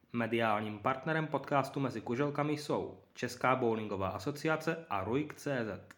Mediálním partnerem podcastu Mezi kuželkami jsou Česká bowlingová asociace a RUIK.cz.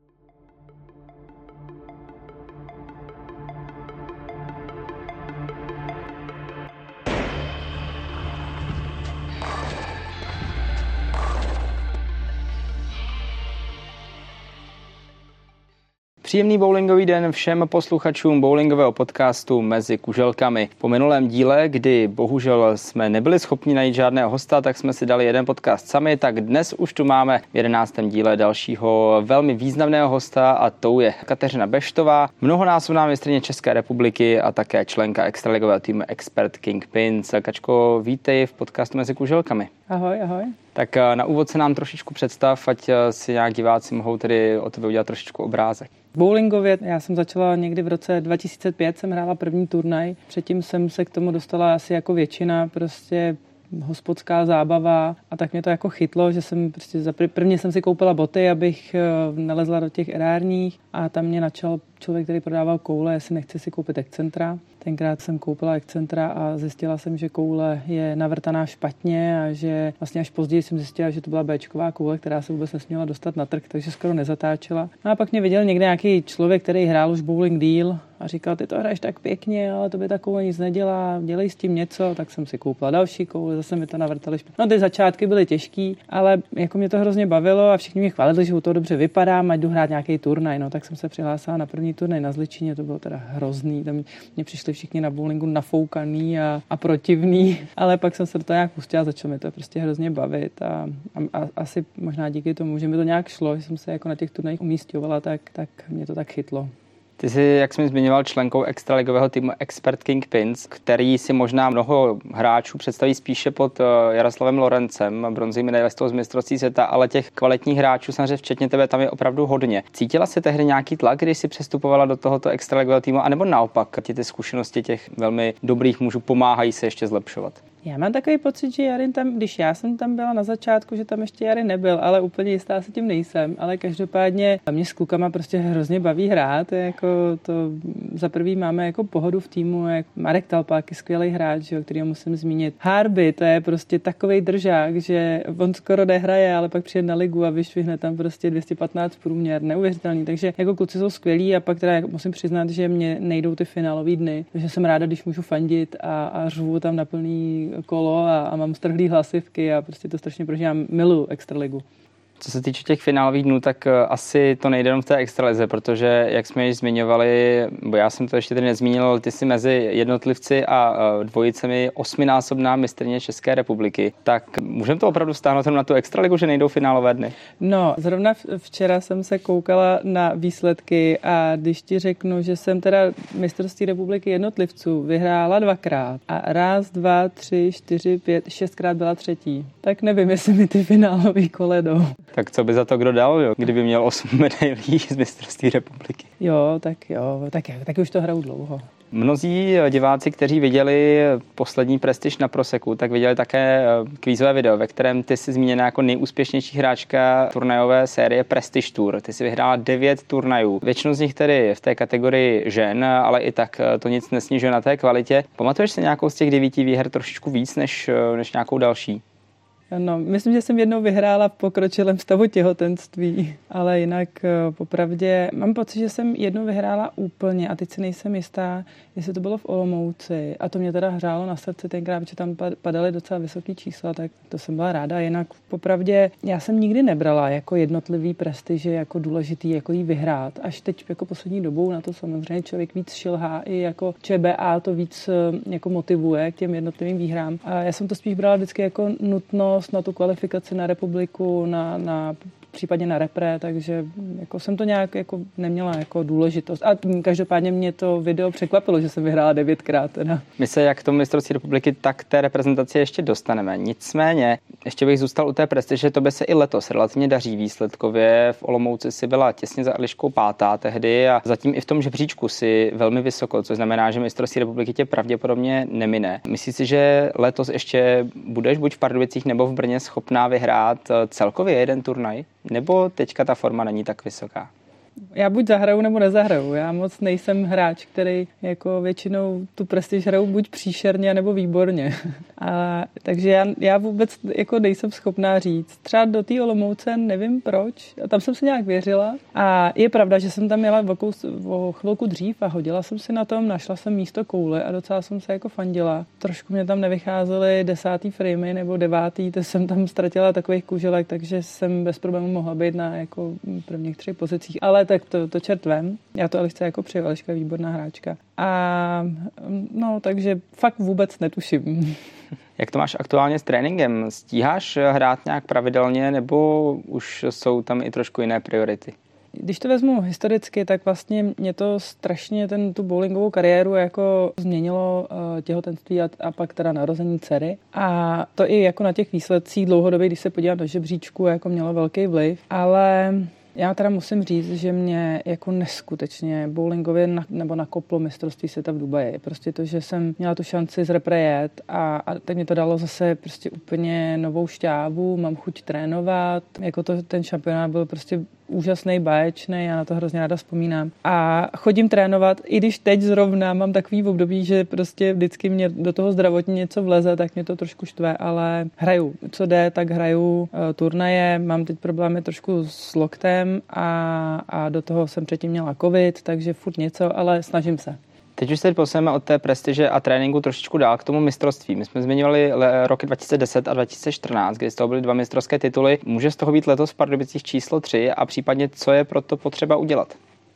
Příjemný bowlingový den všem posluchačům bowlingového podcastu Mezi kuželkami. Po minulém díle, kdy bohužel jsme nebyli schopni najít žádného hosta, tak jsme si dali jeden podcast sami, tak dnes už tu máme v 11. díle dalšího velmi významného hosta a tou je Kateřina Beštová, mnohonásobná mistryně České republiky a také členka extraligového týmu Expert Kingpins. Kačko, vítej v podcastu Mezi kuželkami. Ahoj, ahoj. Tak na úvod se nám trošičku představ, ať si nějak diváci mohou tedy o tebe udělat trošičku obrázek. Bowlingově já jsem začala někdy v roce 2005, jsem hrála první turnaj. Předtím jsem se k tomu dostala asi jako většina, prostě hospodská zábava a tak mě to jako chytlo, že jsem prostě prvně jsem si koupila boty, abych nalezla do těch erárních a tam mě načal člověk, který prodával koule, jestli nechci si koupit Excentra. Tenkrát jsem koupila Excentra a zjistila jsem, že koule je navrtaná špatně a že vlastně až později jsem zjistila, že to byla béčková koule, která se vůbec nesměla dostat na trh, takže skoro nezatáčela. No a pak mě viděl někde nějaký člověk, který hrál už bowling deal a říkal, ty to hraješ tak pěkně, ale to by ta koule nic nedělá, dělej s tím něco, tak jsem si koupila další koule, zase mi to navrtali špatně. No ty začátky byly těžký, ale jako mě to hrozně bavilo a všichni mě chválili, že u toho dobře vypadám, ať jdu hrát nějaký turnaj, no tak jsem se přihlásila na první turnaj na Zličině, to bylo teda hrozný, tam mě přišli všichni na bowlingu nafoukaný a protivný, ale pak jsem se do toho nějak pustila, začalo mi to prostě hrozně bavit a asi možná díky tomu, že mi to nějak šlo, že jsem se jako na těch turnajích umísťovala, tak mě to tak chytlo. Ty jsi, jak jsem zmiňoval, členkou extraligového týmu Expert Kingpins, který si možná mnoho hráčů představí spíše pod Jaroslavem Lorencem, bronzovým medailistou z mistrovství světa, ale těch kvalitních hráčů, samozřejmě včetně tebe, tam je opravdu hodně. Cítila jsi tehdy nějaký tlak, když jsi přestupovala do tohoto extraligového týmu, anebo naopak ti ty zkušenosti těch velmi dobrých mužů pomáhají se ještě zlepšovat? Já mám takový pocit, že Jarin tam, když já jsem tam byla na začátku, že tam ještě Jarin nebyl, ale úplně jistá se tím nejsem, ale každopádně mě s klukama prostě hrozně baví hrát, jako to za prvý máme jako pohodu v týmu, jak Marek Talpák je skvělý hráč, kterýho musím zmínit. Harby, to je prostě takovej držák, že on skoro nehraje, ale pak přijde na ligu a vyšvihne tam prostě 215 průměr, neuvěřitelný, takže jako kluci jsou skvělí a pak teda musím přiznat, že mě nejdou ty finálový dny, takže jsem ráda, když můžu fandit a řvu tam na plný kolo a mám strhlý hlasivky a prostě to strašně prožívám, miluju extraligu. Co se týče těch finálových dnů, tak asi to nejde jenom v té extralize, protože jak jsme již zmiňovali, bo já jsem to ještě tady nezmínil, ty jsi mezi jednotlivci a dvojicemi 8násobná mistryně České republiky. Tak můžeme to opravdu stáhnout na tu extraligu, že nejdou finálové dny? No, zrovna včera jsem se koukala na výsledky a když ti řeknu, že jsem teda mistrovství republiky jednotlivců vyhrála 2krát a 1, 2, 3, 4, 5, 6krát byla třetí, tak nevím, jestli mi ty finálové kole jdou. Tak co by za to kdo dal, jo? Kdyby měl 8 medailí z mistrovství republiky? Jo, tak už to hraju dlouho. Mnozí diváci, kteří viděli poslední prestiž na Proseku, tak viděli také kvízové video, ve kterém ty jsi zmíněna jako nejúspěšnější hráčka turnajové série Prestige Tour. Ty jsi vyhrála 9 turnajů. Většinu z nich tedy v té kategorii žen, ale i tak to nic nesnižuje na té kvalitě. Pamatuješ si nějakou z těch 9 výher trošičku víc než nějakou další? No, myslím, že jsem jednou vyhrála v pokročilém stavu těhotenství, ale jinak popravdě mám pocit, že jsem jednou vyhrála úplně a teď si nejsem jistá, jestli to bylo v Olomouci a to mě teda hřálo na srdci tenkrát, protože tam padaly docela vysoké čísla, tak to jsem byla ráda. Jinak popravdě já jsem nikdy nebrala jako jednotlivý prestiže jako důležitý, jako jí vyhrát. Až teď jako poslední dobou na to samozřejmě člověk víc šilhá i jako ČBA to víc jako motivuje k těm jednotlivým výhrám. A já jsem to spíš brala vždycky jako nutnost na tu kvalifikaci na republiku, případně na repre, takže jako jsem to nějak jako neměla jako důležitost. A každopádně mě to video překvapilo, že jsem vyhrála 9krát. Teda. My se jak k tomu mistrovství republiky, tak k té reprezentaci ještě dostaneme. Nicméně, ještě bych zůstal u té prestiže, to by se i letos relativně daří výsledkově. V Olomouci si byla těsně za Eliškou 5. tehdy a zatím i v tom žebříčku si velmi vysoko, což znamená, že mistrovství republiky tě pravděpodobně nemine. Myslíš si, že letos ještě budeš buď v Pardubicích nebo v Brně schopná vyhrát celkově jeden turnaj? Nebo teďka ta forma není tak vysoká? Já buď zahraju, nebo nezahraju. Já moc nejsem hráč, který jako většinou tu prestiž hraju buď příšerně, nebo výborně. Takže já vůbec jako nejsem schopná říct. Třeba do té Olomouce nevím proč. A tam jsem si nějak věřila. A je pravda, že jsem tam měla o chvilku dřív a hodila jsem si na tom, našla jsem místo koule a docela jsem se jako fandila. Trošku mě tam nevycházely 10. framey nebo 9. To jsem tam ztratila takových kuželek, takže jsem bez problémů mohla být na jako prvních 3 pozicích. Ale tak to čert vem. Já to Elišce jako přeju, Eliška je výborná hráčka. A no, takže fakt vůbec netuším. Jak to máš aktuálně s tréninkem? Stíháš hrát nějak pravidelně, nebo už jsou tam i trošku jiné priority? Když to vezmu historicky, tak vlastně mě to strašně tu bowlingovou kariéru jako změnilo těhotenství a pak teda narození dcery. A to i jako na těch výsledcích dlouhodobě, když se podívám do žebříčku, jako mělo velký vliv. Ale já teda musím říct, že mě jako neskutečně bowlingově nebo nakoplo mistrovství světa v Dubaji. Prostě to, že jsem měla tu šanci zreprejet a tak mě to dalo zase prostě úplně novou šťávu, mám chuť trénovat. Jako ten šampionát byl prostě úžasný, báječný, já na to hrozně ráda vzpomínám. A chodím trénovat, i když teď zrovna mám takový období, že prostě vždycky mě do toho zdravotně něco vleze, tak mě to trošku štve, ale hraju. Co jde, tak hraju turnaje, mám teď problémy trošku s loktem a do toho jsem předtím měla covid, takže furt něco, ale snažím se. Teď už se posuneme od té prestiže a tréninku trošičku dál k tomu mistrovství. My jsme zmiňovali roky 2010 a 2014, kdy z toho byly 2 mistrovské tituly. Může z toho být letos v Pardubicích číslo 3 a případně co je pro to potřeba udělat?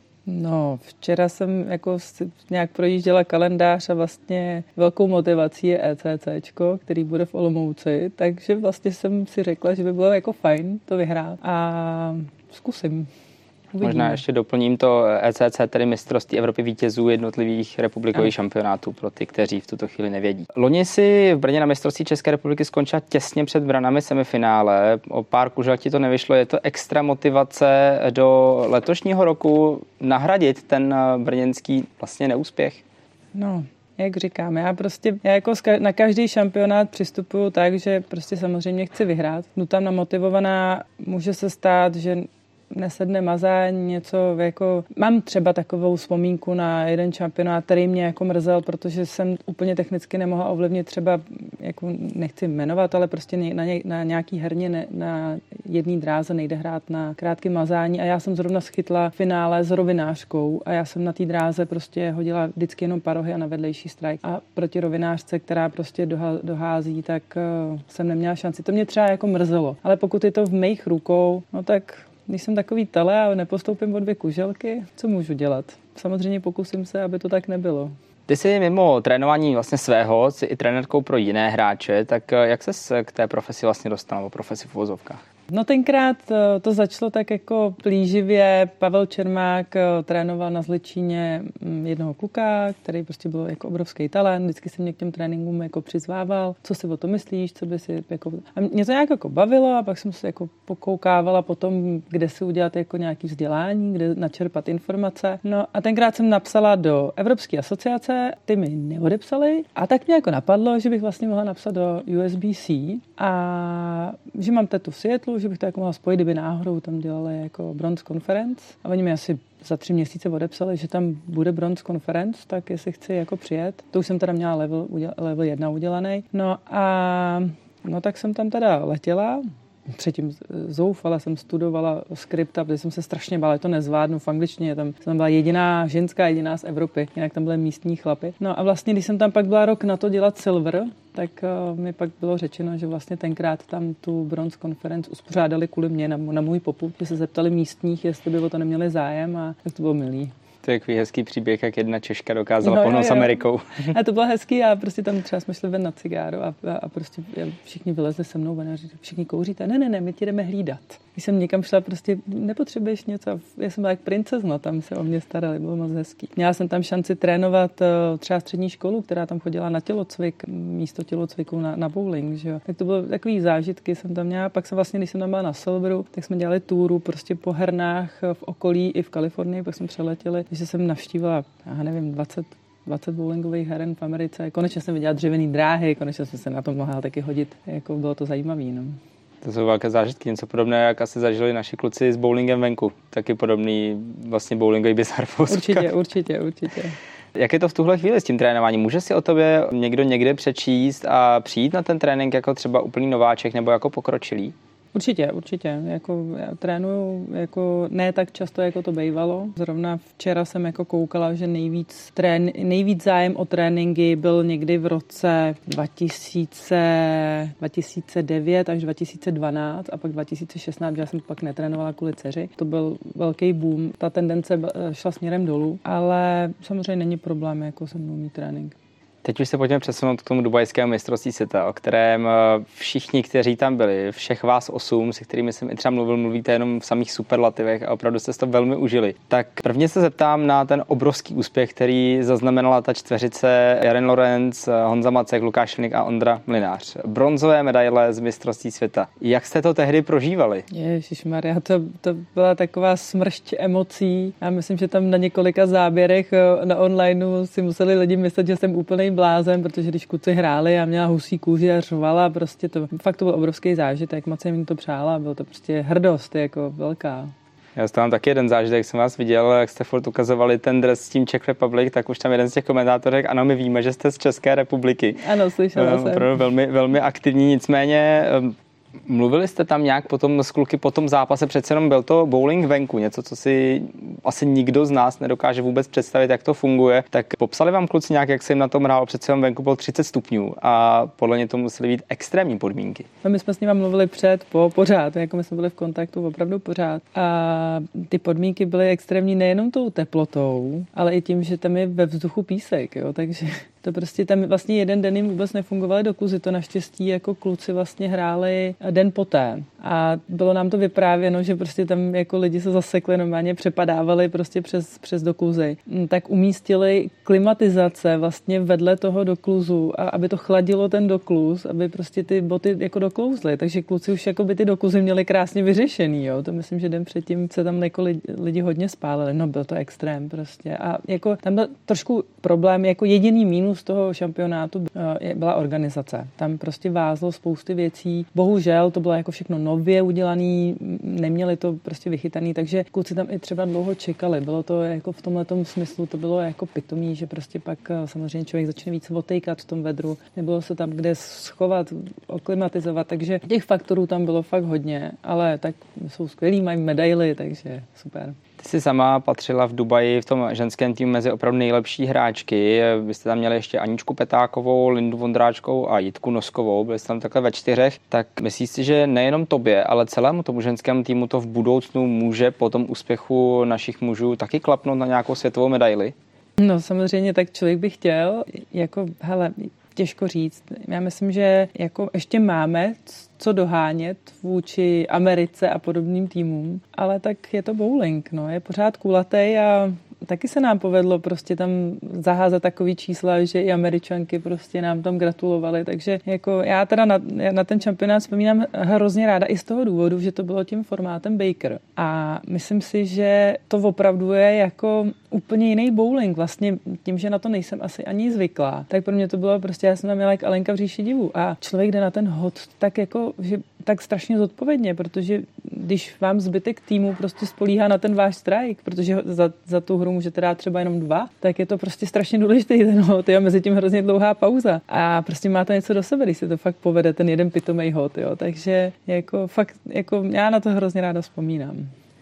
No, včera jsem jako nějak projížděla kalendář a vlastně velkou motivací je ECCčko, který bude v Olomouci, takže vlastně jsem si řekla, že by bylo jako fajn to vyhrát a zkusím. Uvidíme. Možná ještě doplním to ECC, tedy mistrovství Evropy vítězů jednotlivých republikových šampionátů pro ty, kteří v tuto chvíli nevědí. Loni si v Brně na mistrovství České republiky skončila těsně před branami semifinále. O pár kužel ti to nevyšlo. Je to extra motivace do letošního roku nahradit ten brněnský vlastně neúspěch? No, jak říkám, já jako na každý šampionát přistupuju tak, že prostě samozřejmě chci vyhrát. Jdu tam namotivovaná, může se stát, že nesedne mazání, něco jako... Mám třeba takovou vzpomínku na jeden šampionát, který mě jako mrzel, protože jsem úplně technicky nemohla ovlivnit třeba, jako nechci jmenovat, ale prostě na nějaký herně na jedné dráze nejde hrát na krátké mazání a já jsem zrovna schytla finále s rovinářkou a já jsem na té dráze prostě hodila vždycky jenom parohy a na vedlejší strike a proti rovinářce, která prostě dohází, tak jsem neměla šanci. To mě třeba jako mrzelo, ale pokud je to v mých rukou, no tak když jsem takový tele a nepostoupím o 2 kuželky, co můžu dělat? Samozřejmě pokusím se, aby to tak nebylo. Ty jsi mimo trénování vlastně svého, jsi i trenérkou pro jiné hráče, tak jak ses k té profesi vlastně dostal, nebo profesi v uvozovkách? No tenkrát to začalo tak jako plíživě. Pavel Čermák trénoval na Zličíně jednoho kluka, který prostě byl jako obrovský talent. Vždycky se mě k těm tréninkům jako přizvával. Co si o to myslíš, co by si jako... A mě to nějak jako bavilo a pak jsem se jako pokoukávala potom, kde si udělat jako nějaký vzdělání, kde načerpat informace. No a tenkrát jsem napsala do Evropské asociace, ty mi neodepsali a tak mě jako napadlo, že bych vlastně mohla napsat do USBC a že mám tetu v Seattlu, že bych to jako mohla spojit, kdyby náhodou tam dělali jako Bronze Conference. A oni mi asi za 3 měsíce odepsali, že tam bude Bronze Conference, tak jestli chci jako přijet. To už jsem teda měla level 1 udělaný. No a tak jsem tam teda letěla. Předtím zoufala jsem studovala skripta, protože jsem se strašně bála, to nezvládnu v angličtině. Jsem byla jediná ženská, jediná z Evropy, jinak tam byly místní chlapy. No a vlastně, když jsem tam pak byla rok na to dělat silver, tak mi pak bylo řečeno, že vlastně tenkrát tam tu Bronze Conference uspořádali kvůli mě na můj popud, že se zeptali místních, jestli by o to neměli zájem a tak to bylo milý. To je takový hezký příběh, jak jedna Češka dokázala pohnout s Amerikou. A to bylo hezký a prostě tam třeba jsme šli ven na cigáru a prostě všichni vylezli se mnou ven a říkali, všichni kouříte. Ne, my ti jdeme hlídat. Když jsem někam šla, prostě nepotřebuješ něco. Já jsem byla jak princezna, tam se o mě starali, bylo moc hezký. Měla jsem tam šanci trénovat třeba střední školu, která tam chodila na tělocvik, místo tělocviku na bowling, že jo. Tak to bylo takový zážitky, jsem tam měla. Pak jsem vlastně, když jsem tam byla na Silveru, tak jsme dělali túru prostě po hernách v okolí i v Kalifornii, pak jsme přeletěli, že jsem navštívila, já nevím, 20 bowlingových heren v Americe. Konečně jsem viděla dřevěný dráhy, konečně jsem se na tom mohla taky hodit. Jako bylo to zajímavé, no. To jsou velké zážitky, něco podobné, jak asi zažili naši kluci s bowlingem venku. Taky podobný vlastně bowlingový bizar. Určitě. Jak je to v tuhle chvíli s tím trénováním? Může si o tobě někdo někde přečíst a přijít na ten trénink jako třeba úplný nováček nebo jako pokročilý? Určitě. Jako já trénuju jako ne tak často, jako to bývalo. Zrovna včera jsem jako koukala, že nejvíc zájem o tréninky byl někdy v roce 2009 až 2012 a pak 2016, já jsem pak netrénovala kvůli dceři. To byl velký boom. Ta tendence šla směrem dolů, ale samozřejmě není problém jako se mnou mít trénink. Teď už se pojďme přesunout k tomu dubajskému mistrovství světa, o kterém všichni, kteří tam byli, všech vás 8, se kterými jsem i třeba mluvíte jenom v samých superlativech a opravdu jste to velmi užili. Tak prvně se zeptám na ten obrovský úspěch, který zaznamenala ta čtveřice Jaren Lorenz, Honza Macek, Lukáš Šilník a Ondra Mlynář. Bronzové medaile z mistrovství světa. Jak jste to tehdy prožívali? Ježišmarja, to byla taková smršť emocí. Já myslím, že tam na několika záběrech na onlineu si museli lidi myslet, že jsem úplnej blázen, protože když kluci hráli a měla husí kůži a řvala, prostě to byl obrovský zážitek, moc jsem jim to přála, bylo to prostě hrdost jako velká. Já tam taky jeden zážitek, jsem vás viděl, jak jste furt ukazovali ten dres s tím Czech Republic, tak už tam jeden z těch komentátorek, ano, my víme, že jste z České republiky. Ano, slyšela jsem. Opravdu velmi, velmi aktivní, nicméně mluvili jste tam nějak potom s kluky po tom zápase, přece jenom byl to bowling venku, něco, co si asi nikdo z nás nedokáže vůbec představit, jak to funguje. Tak popsali vám kluci nějak, jak se jim na tom hrálo, přece jenom venku bylo 30 stupňů a podle mě to musely být extrémní podmínky. No, my jsme s nimi mluvili pořád, jako my jsme byli v kontaktu opravdu pořád. A ty podmínky byly extrémní nejenom tou teplotou, ale i tím, že tam je ve vzduchu písek, jo, takže to prostě tam vlastně jeden den jim vůbec nefungovaly dokuzy, to naštěstí jako kluci vlastně hráli den poté. A bylo nám to vyprávěno, že prostě tam jako lidi se zasekli, normálně přepadávali prostě přes dokluzy. Tak umístili klimatizace vlastně vedle toho dokluzu, a aby to chladilo ten dokluz, aby prostě ty boty jako doklouzly. Takže kluci už jako by ty dokluzy měli krásně vyřešený, jo. To myslím, že den předtím se tam jako lidi hodně spálili. No byl to extrém prostě. A jako tam byl trošku problém, jako jediný mínus toho šampionátu byla organizace. Tam prostě vázlo spousty věcí. Bohužel to bylo jako všechno nově udělaný, neměli to prostě vychytaný, takže kluci tam i třeba dlouho čekali. Bylo to jako v tomhletom smyslu, to bylo jako pitomý, že prostě pak samozřejmě člověk začne víc otejkat v tom vedru. Nebylo se tam kde schovat, oklimatizovat, takže těch faktorů tam bylo fakt hodně, ale tak jsou skvělí, mají medaily, takže super. Ty jsi sama patřila v Dubaji v tom ženském týmu mezi opravdu nejlepší hráčky. Vy jste tam měli ještě Aničku Petákovou, Lindu Vondráčkovou a Jitku Noskovou. Byli jste tam takhle ve 4. Tak myslíš si, že nejenom tobě, ale celému tomu ženskému týmu to v budoucnu může po tom úspěchu našich mužů taky klapnout na nějakou světovou medaili? No samozřejmě tak člověk by chtěl. Jako, hele, těžko říct. Já myslím, že jako ještě máme co dohánět vůči Americe a podobným týmům, ale tak je to bowling, no, je pořád kulatej a taky se nám povedlo prostě tam zaházet takový čísla, že i Američanky prostě nám tam gratulovali, takže jako já teda na ten šampionát vzpomínám hrozně ráda i z toho důvodu, že to bylo tím formátem Baker a myslím si, že to opravdu je jako úplně jiný bowling, vlastně tím, že na to nejsem asi ani zvyklá, tak pro mě to bylo prostě, já jsem tam měla jak Alenka v říši divu a člověk jde na ten hod tak jako, že tak strašně zodpovědně, protože když vám zbytek týmu prostě spolíhá na ten váš strike, protože za tu hru můžete dát třeba jenom 2, tak je to prostě strašně důležitý ten hod, jo, mezi tím hrozně dlouhá pauza a prostě má to něco do sebe, když se to fakt povede, ten jeden pitomej hod, jo, takže jako fakt, jako já na to hrozně ráda vzpomínám.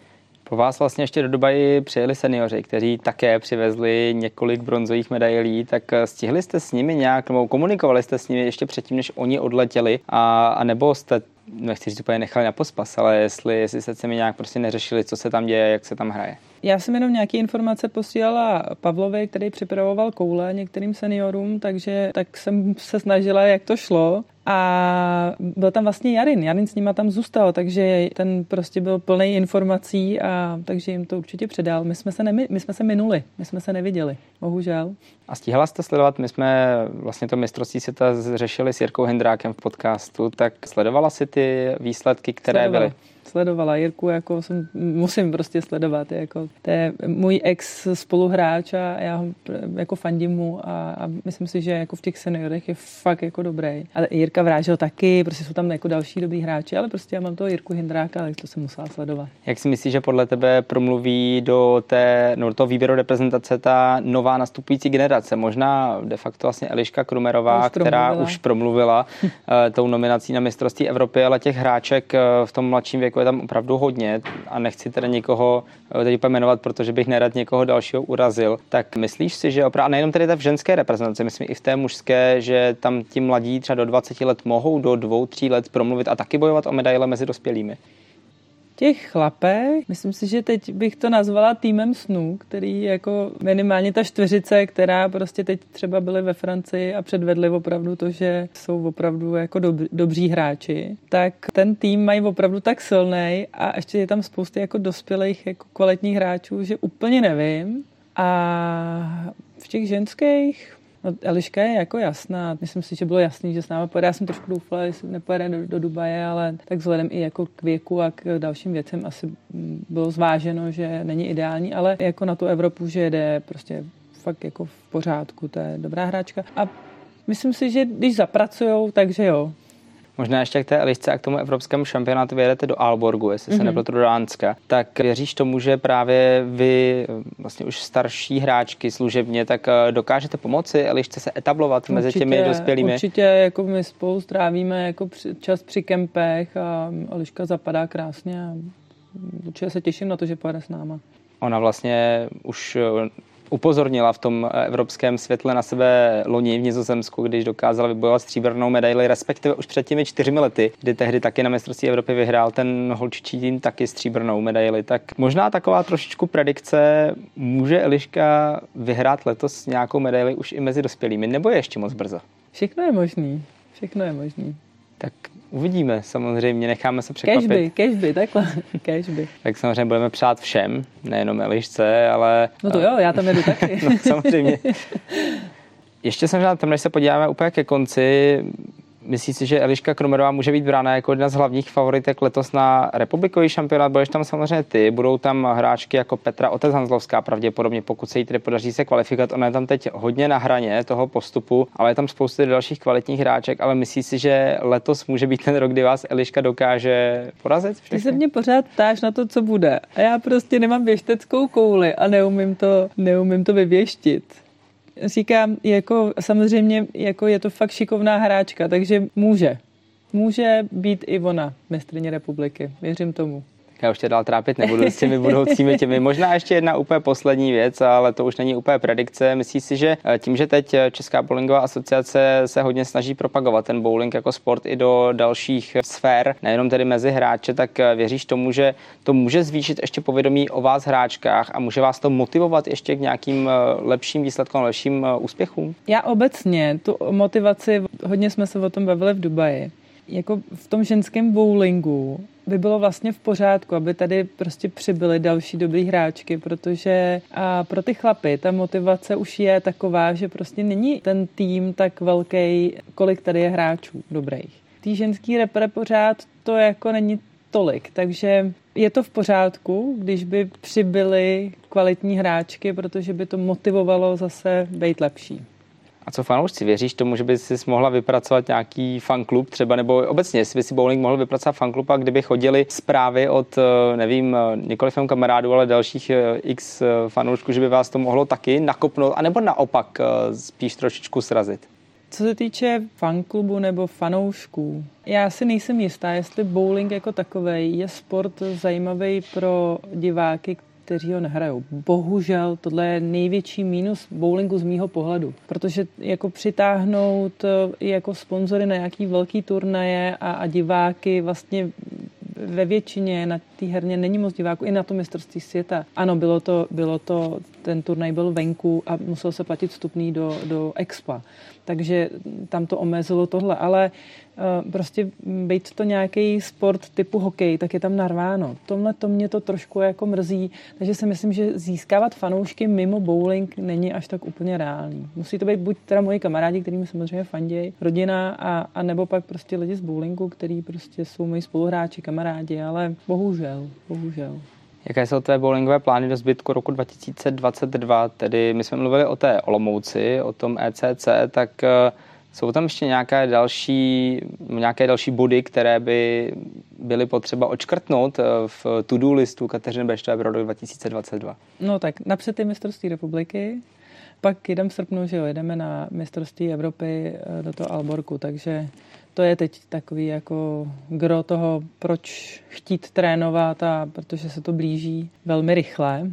Po vás vlastně ještě do Dubaji přijeli seniori, kteří také přivezli několik bronzových medailí, tak stihli jste s nimi nějak, nebo komunikovali jste s nimi ještě předtím, než oni odletěli, a nebo jste, nechci říct úplně nechali na pospas, ale jestli jste se mi nějak prostě neřešili, co se tam děje, jak se tam hraje? Já jsem jenom nějaké informace posílala Pavlovi, který připravoval koule některým seniorům, takže tak jsem se snažila, jak to šlo. A byl tam vlastně Jarin s nima tam zůstal, takže ten prostě byl plný informací a takže jim to určitě předal. My jsme se minuli, my jsme se neviděli, bohužel. A stihala jste sledovat, my jsme vlastně to mistrovství světa řešili s Jirkou Hendrákem v podcastu, tak sledovala si ty výsledky, které byly? Sledovala Jirku, musím prostě sledovat, to je můj ex spoluhráč a já jako fandím mu a myslím si, že jako v těch seniorech je fakt jako dobrý. Ale Jirka Vrážel taky, prostě jsou tam jako další dobrý hráči, ale prostě já mám toho Jirku Hendráka, tak to jsem musela sledovat. Jak si myslíš, že podle tebe promluví do toho výběru reprezentace ta nová nastupující generace? Možná de facto vlastně Eliška Krumerová, která už promluvila tou nominací na mistrovství Evropy, ale těch hráček v tom mladším věku je tam opravdu hodně a nechci teda někoho teď jmenovat, protože bych nerad někoho dalšího urazil. Tak myslíš si, že opravdu, a nejenom tedy v ženské reprezentaci, myslím i v té mužské, že tam ti mladí třeba do 20 let mohou do 2-3 let promluvit a taky bojovat o medaile mezi dospělými? Těch chlapech, myslím si, že teď bych to nazvala týmem snů, který jako minimálně ta čtveřice, která prostě teď třeba byly ve Francii a předvedli opravdu to, že jsou opravdu jako dobří hráči, tak ten tým mají opravdu tak silnej a ještě je tam spousty jako dospělých jako kvalitních hráčů, že úplně nevím. A v těch ženských Eliška je jako jasná. Myslím si, že bylo jasný, že s námi pojede. Já jsem trošku doufala, jestli nepojede do Dubaje, ale tak vzhledem i jako k věku a k dalším věcem asi bylo zváženo, že není ideální, ale jako na tu Evropu, že jede prostě fakt jako v pořádku, to je dobrá hráčka. A myslím si, že když zapracujou, takže jo. Možná ještě k té Elišce a k tomu evropskému šampionátu vyjedete do Aalborgu, jestli se nepletu do Dánska. Tak věříš tomu, že právě vy, vlastně už starší hráčky služebně, tak dokážete pomoci Elišce se etablovat mezi těmi dospělými? Určitě, jako my spolu strávíme jako čas při kempech a Eliška zapadá krásně a určitě se těším na to, že pojede s náma. Ona vlastně už upozornila v tom evropském světle na sebe loni v Nizozemsku, když dokázala vybojovat stříbrnou medaili, respektive už před těmi 4 lety, kdy tehdy taky na mistrovství Evropy vyhrál ten holčičí tým taky stříbrnou medaili. Tak možná taková trošičku predikce, může Eliška vyhrát letos nějakou medaili už i mezi dospělými, nebo je ještě moc brzo? Všechno je možný. Tak uvidíme, samozřejmě, necháme se překvapit. Cashby, takhle, cashby. Tak samozřejmě budeme přát všem, nejenom Elišce, ale... No to jo, já tam jedu taky. No samozřejmě. Ještě jsem žádal, než se podíváme úplně ke konci, myslíš si, že Eliška Krumerová může být brána jako jedna z hlavních favoritek letos na republikový šampionát? Budeš tam samozřejmě ty, budou tam hráčky jako Petra Otec-Hanzlovská pravděpodobně, pokud se jí tedy podaří se kvalifikovat. Ona je tam teď hodně na hraně toho postupu, ale je tam spoustu dalších kvalitních hráček, ale myslíš si, že letos může být ten rok, kdy vás Eliška dokáže porazit? Ty se mě pořád ptáš na to, co bude. A já prostě nemám věšteckou kouli a neumím to vyvěštit. Říkám, jako samozřejmě jako je to fakt šikovná hráčka, takže může být i ona mistryně republiky. Věřím tomu. Já už tě dál trápit nebudu s těmi budoucími těmi. Možná ještě jedna úplně poslední věc, ale to už není úplně predikce. Myslíš si, že tím, že teď Česká bowlingová asociace se hodně snaží propagovat ten bowling jako sport i do dalších sfér, nejenom tedy mezi hráče, tak věříš tomu, že to může zvýšit ještě povědomí o vás hráčkách a může vás to motivovat ještě k nějakým lepším výsledkům, lepším úspěchům? Já obecně tu motivaci, hodně jsme se o tom bavili v Dubaji. Jako v tom ženském bowlingu by bylo vlastně v pořádku, aby tady prostě přibyly další dobrý hráčky, protože a pro ty chlapy ta motivace už je taková, že prostě není ten tým tak velký, kolik tady je hráčů dobrých. Tý ženský repre pořád to jako není tolik, takže je to v pořádku, když by přibyly kvalitní hráčky, protože by to motivovalo zase být lepší. A co fanoušci? Věříš tomu, že by si mohla vypracovat nějaký fanklub třeba, nebo obecně, jestli by si bowling mohl vypracovat fanklub a kdyby chodili zprávy od, nevím, nikoliv jenom kamarádů, ale dalších x fanoušků, že by vás to mohlo taky nakopnout, anebo naopak spíš trošičku srazit? Co se týče fanklubu nebo fanoušků, já si nejsem jistá, jestli bowling jako takovej je sport zajímavý pro diváky, kteří ho nehrajou. Bohužel tohle je největší mínus bowlingu z mýho pohledu, protože jako přitáhnout jako sponzory na nějaký velký turnaje a diváky vlastně ve většině na té herně není moc diváků, i na to mistrovství světa. Ano, bylo to ten turnaj byl venku a musel se platit vstupný do expa. Takže tam to omezilo tohle, ale prostě být to nějaký sport typu hokej, tak je tam narváno. To mě to trošku jako mrzí, takže si myslím, že získávat fanoušky mimo bowling není až tak úplně reálný. Musí to být buď teda moji kamarádi, kterými samozřejmě fandějí, rodina a nebo pak prostě lidi z bowlingu, který prostě jsou moji spoluhráči, kamarádi, ale bohužel. Jaké jsou tvé bowlingové plány do zbytku roku 2022? Tedy my jsme mluvili o té Olomouci, o tom ECC, tak jsou tam ještě nějaké další body, které by byly potřeba odškrtnout v to-do listu Kateřiny Beštové pro rok 2022? No tak napřed je mistrovství republiky, pak jedeme v srpnu, že jo, jedeme na mistrovství Evropy do toho Alborku, takže to je teď takový jako gro toho, proč chtít trénovat, protože se to blíží velmi rychle.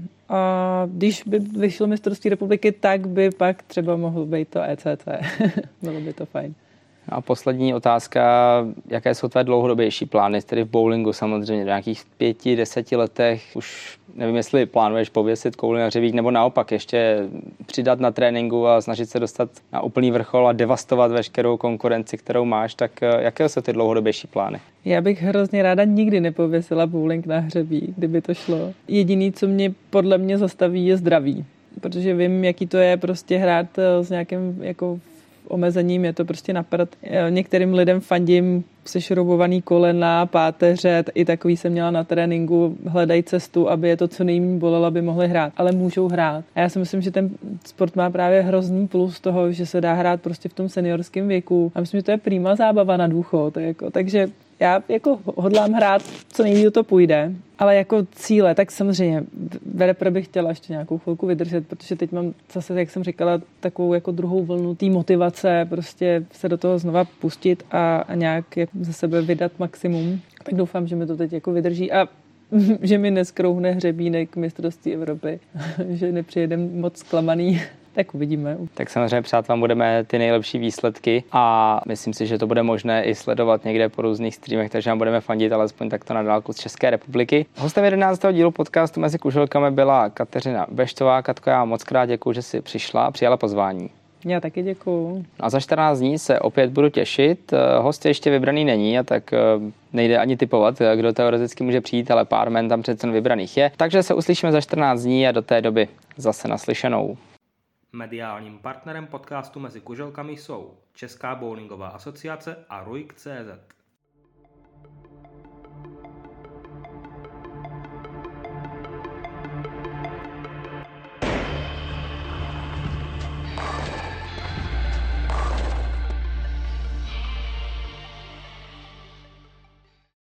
A když by vyšlo mistrovství republiky, tak by pak třeba mohl být to ECC. Bylo by to fajn. A poslední otázka, jaké jsou tvé dlouhodobější plány, tedy v bowlingu samozřejmě, v nějakých 5-10 letech, už nevím, jestli plánuješ pověsit kouli na hřebík, nebo naopak ještě přidat na tréninku a snažit se dostat na úplný vrchol a devastovat veškerou konkurenci, kterou máš, tak jaké jsou ty dlouhodobější plány? Já bych hrozně ráda nikdy nepověsila bowling na hřebík, kdyby to šlo. Jediný, co mě podle mě zastaví, je zdraví, protože vím, jaký to je prostě hrát s nějakým jako omezením, je to prostě na prd. Některým lidem fandím sešroubovaný kolena, páteře, i takový jsem měla na tréninku, hledají cestu, aby je to co nejméně bolelo, aby mohli hrát, ale můžou hrát. A já si myslím, že ten sport má právě hrozný plus toho, že se dá hrát prostě v tom seniorském věku. A myslím, že to je prima zábava na důchod. Takže já jako hodlám hrát, co nejvíc to půjde, ale jako cíle, tak samozřejmě v repre bych chtěla ještě nějakou chvilku vydržet, protože teď mám zase, jak jsem říkala, takovou jako druhou vlnu té motivace, prostě se do toho znova pustit a nějak ze sebe vydat maximum. Tak doufám, že mi to teď jako vydrží a že mi neskrouhne hřebínek mistrovství Evropy, že nepřijedem moc zklamaný. Tak uvidíme. Tak samozřejmě přát vám budeme ty nejlepší výsledky a myslím si, že to bude možné i sledovat někde po různých streamech, takže nám budeme fandit alespoň takto na dálku z České republiky. Hostem 11. dílu podcastu Mezi kuželkami byla Kateřina Beštová. Katko, já moc krát děkuju, že jsi přišla a přijala pozvání. Já taky děkuju. A za 14 dní se opět budu těšit. Host ještě vybraný není a tak nejde ani tipovat, kdo teoreticky může přijít, ale pár jmen tam přece vybraných je. Takže se uslyšíme za 14 dní a do té doby zase naslyšenou. Mediálním partnerem podcastu Mezi kuželkami jsou Česká bowlingová asociace a RUIK.cz.